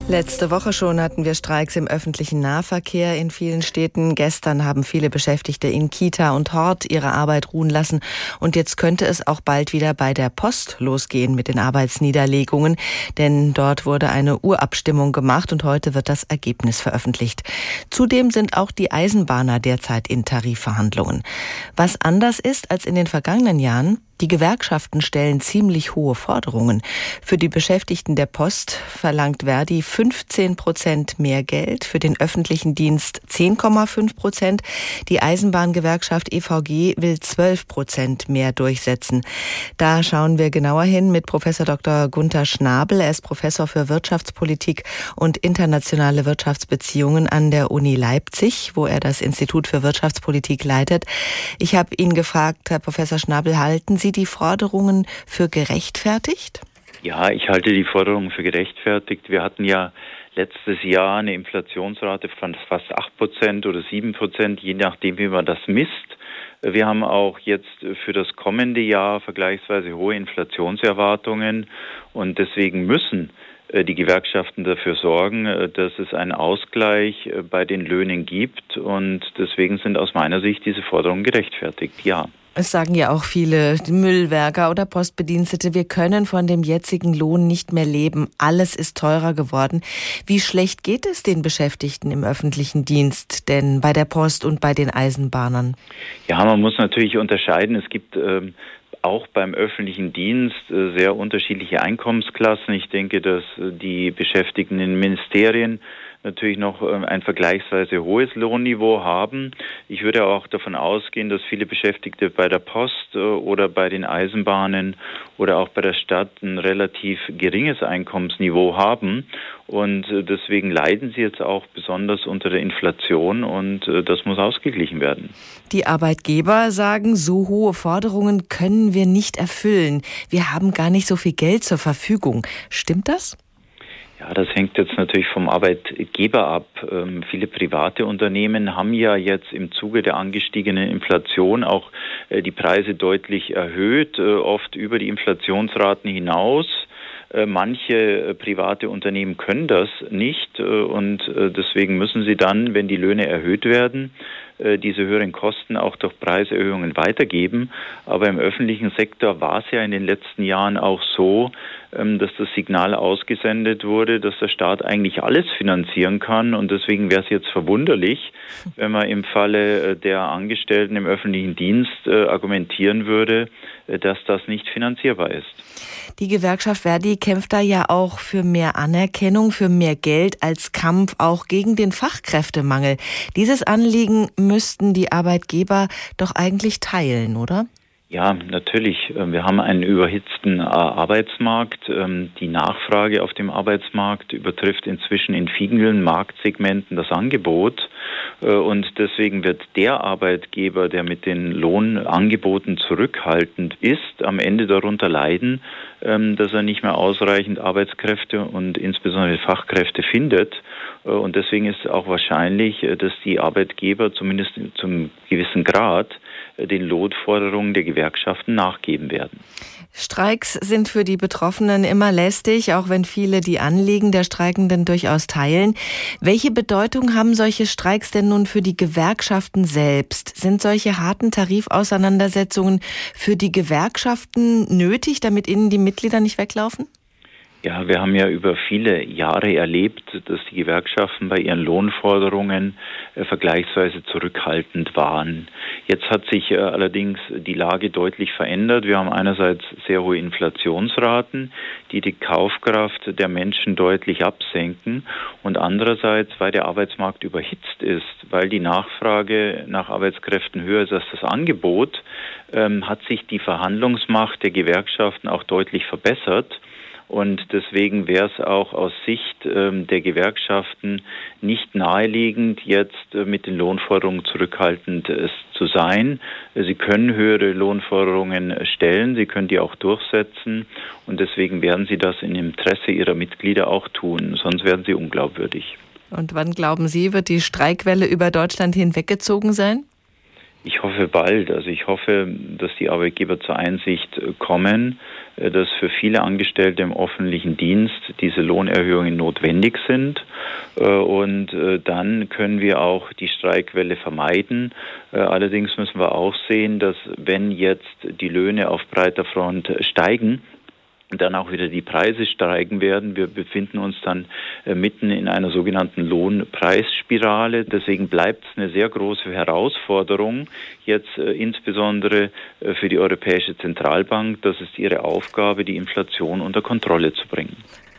Letzte Woche schon hatten wir Streiks im öffentlichen Nahverkehr in vielen Städten. Gestern haben viele Beschäftigte in Kita und Hort ihre Arbeit ruhen lassen. Und jetzt könnte es auch bald wieder bei der Post losgehen mit den Arbeitsniederlegungen. Denn dort wurde eine Urabstimmung gemacht und heute wird das Ergebnis veröffentlicht. Zudem sind auch die Eisenbahner derzeit in Tarifverhandlungen. Was anders ist als in den vergangenen Jahren: die Gewerkschaften stellen ziemlich hohe Forderungen. Für die Beschäftigten der Post verlangt Verdi 15% mehr Geld, für den öffentlichen Dienst 10,5%. Die Eisenbahngewerkschaft EVG will 12% mehr durchsetzen. Da schauen wir genauer hin mit Professor Dr. Gunther Schnabel. Er ist Professor für Wirtschaftspolitik und internationale Wirtschaftsbeziehungen an der Uni Leipzig, wo er das Institut für Wirtschaftspolitik leitet. Ich habe ihn gefragt, Herr Professor Schnabel, halten Sie die Forderungen für gerechtfertigt? Ja, ich halte die Forderungen für gerechtfertigt. Wir hatten ja letztes Jahr eine Inflationsrate von fast 8% oder 7%, je nachdem, wie man das misst. Wir haben auch jetzt für das kommende Jahr vergleichsweise hohe Inflationserwartungen und deswegen müssen die Gewerkschaften dafür sorgen, dass es einen Ausgleich bei den Löhnen gibt und deswegen sind aus meiner Sicht diese Forderungen gerechtfertigt, ja. Es sagen ja auch viele Müllwerker oder Postbedienstete, wir können von dem jetzigen Lohn nicht mehr leben. Alles ist teurer geworden. Wie schlecht geht es den Beschäftigten im öffentlichen Dienst denn bei der Post und bei den Eisenbahnern? Ja, man muss natürlich unterscheiden. Es gibt auch beim öffentlichen Dienst sehr unterschiedliche Einkommensklassen. Ich denke, dass die Beschäftigten in Ministerien natürlich noch ein vergleichsweise hohes Lohnniveau haben. Ich würde auch davon ausgehen, dass viele Beschäftigte bei der Post oder bei den Eisenbahnen oder auch bei der Stadt ein relativ geringes Einkommensniveau haben. Und deswegen leiden sie jetzt auch besonders unter der Inflation und das muss ausgeglichen werden. Die Arbeitgeber sagen, so hohe Forderungen können wir nicht erfüllen. Wir haben gar nicht so viel Geld zur Verfügung. Stimmt das? Ja, das hängt jetzt natürlich vom Arbeitgeber ab. Viele private Unternehmen haben ja jetzt im Zuge der angestiegenen Inflation auch die Preise deutlich erhöht, oft über die Inflationsraten hinaus. Manche private Unternehmen können das nicht und deswegen müssen sie dann, wenn die Löhne erhöht werden, diese höheren Kosten auch durch Preiserhöhungen weitergeben. Aber im öffentlichen Sektor war es ja in den letzten Jahren auch so, dass das Signal ausgesendet wurde, dass der Staat eigentlich alles finanzieren kann. Und deswegen wäre es jetzt verwunderlich, wenn man im Falle der Angestellten im öffentlichen Dienst argumentieren würde, dass das nicht finanzierbar ist. Die Gewerkschaft Verdi kämpft da ja auch für mehr Anerkennung, für mehr Geld als Kampf auch gegen den Fachkräftemangel. Dieses Anliegen müssten die Arbeitgeber doch eigentlich teilen, oder? Ja, natürlich. Wir haben einen überhitzten Arbeitsmarkt. Die Nachfrage auf dem Arbeitsmarkt übertrifft inzwischen in vielen Marktsegmenten das Angebot. Und deswegen wird der Arbeitgeber, der mit den Lohnangeboten zurückhaltend ist, am Ende darunter leiden, dass er nicht mehr ausreichend Arbeitskräfte und insbesondere Fachkräfte findet. Und deswegen ist auch wahrscheinlich, dass die Arbeitgeber zumindest zum gewissen Grad den Lohnforderungen der Gewerkschaften nachgeben werden. Streiks sind für die Betroffenen immer lästig, auch wenn viele die Anliegen der Streikenden durchaus teilen. Welche Bedeutung haben solche Streiks denn nun für die Gewerkschaften selbst? Sind solche harten Tarifauseinandersetzungen für die Gewerkschaften nötig, damit ihnen die Mitglieder nicht weglaufen? Ja, wir haben ja über viele Jahre erlebt, dass die Gewerkschaften bei ihren Lohnforderungen vergleichsweise zurückhaltend waren. Jetzt hat sich allerdings die Lage deutlich verändert. Wir haben einerseits sehr hohe Inflationsraten, die die Kaufkraft der Menschen deutlich absenken und andererseits, weil der Arbeitsmarkt überhitzt ist, weil die Nachfrage nach Arbeitskräften höher ist als das Angebot, hat sich die Verhandlungsmacht der Gewerkschaften auch deutlich verbessert. Und deswegen wäre es auch aus Sicht der Gewerkschaften nicht naheliegend, jetzt mit den Lohnforderungen zurückhaltend zu sein. Sie können höhere Lohnforderungen stellen, sie können die auch durchsetzen und deswegen werden sie das im Interesse ihrer Mitglieder auch tun, sonst werden sie unglaubwürdig. Und wann glauben Sie, wird die Streikwelle über Deutschland hinweggezogen sein? Ich hoffe bald. Also ich hoffe, dass die Arbeitgeber zur Einsicht kommen, dass für viele Angestellte im öffentlichen Dienst diese Lohnerhöhungen notwendig sind. Und dann können wir auch die Streikwelle vermeiden. Allerdings müssen wir auch sehen, dass wenn jetzt die Löhne auf breiter Front steigen, dann auch wieder die Preise steigen werden. Wir befinden uns dann mitten in einer sogenannten Lohnpreisspirale. Deswegen bleibt es eine sehr große Herausforderung, jetzt insbesondere für die Europäische Zentralbank. Das ist ihre Aufgabe, die Inflation unter Kontrolle zu bringen.